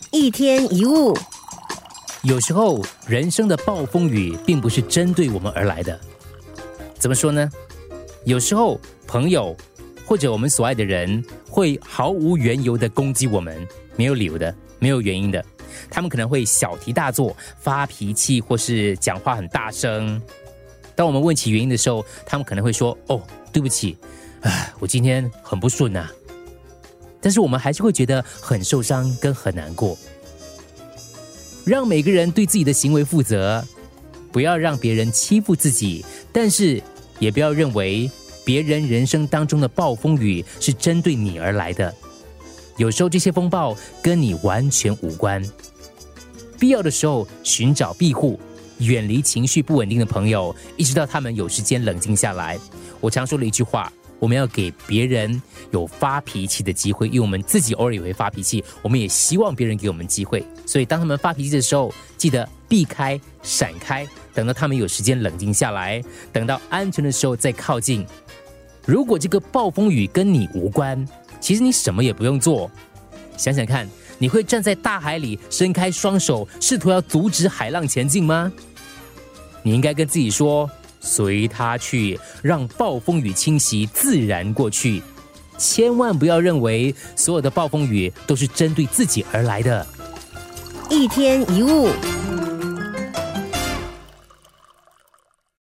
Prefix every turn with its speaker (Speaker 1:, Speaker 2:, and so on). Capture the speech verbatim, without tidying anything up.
Speaker 1: 一天一物。
Speaker 2: 有时候人生的暴风雨并不是针对我们而来的。怎么说呢？有时候朋友或者我们所爱的人会毫无缘由的攻击我们，没有理由的，没有原因的。他们可能会小题大做，发脾气，或是讲话很大声。当我们问起原因的时候，他们可能会说：哦，对不起，唉，我今天很不顺啊。但是我们还是会觉得很受伤跟很难过。让每个人对自己的行为负责，不要让别人欺负自己，但是也不要认为别人人生当中的暴风雨是针对你而来的。有时候这些风暴跟你完全无关。必要的时候寻找庇护，远离情绪不稳定的朋友，一直到他们有时间冷静下来。我常说了一句话，我们要给别人有发脾气的机会，因为我们自己偶尔也会发脾气，我们也希望别人给我们机会。所以当他们发脾气的时候，记得避开闪开，等到他们有时间冷静下来，等到安全的时候再靠近。如果这个暴风雨跟你无关，其实你什么也不用做。想想看，你会站在大海里伸开双手，试图要阻止海浪前进吗？你应该跟自己说，随它去，让暴风雨侵袭，自然过去。千万不要认为所有的暴风雨都是针对自己而来的。
Speaker 1: 一天一物。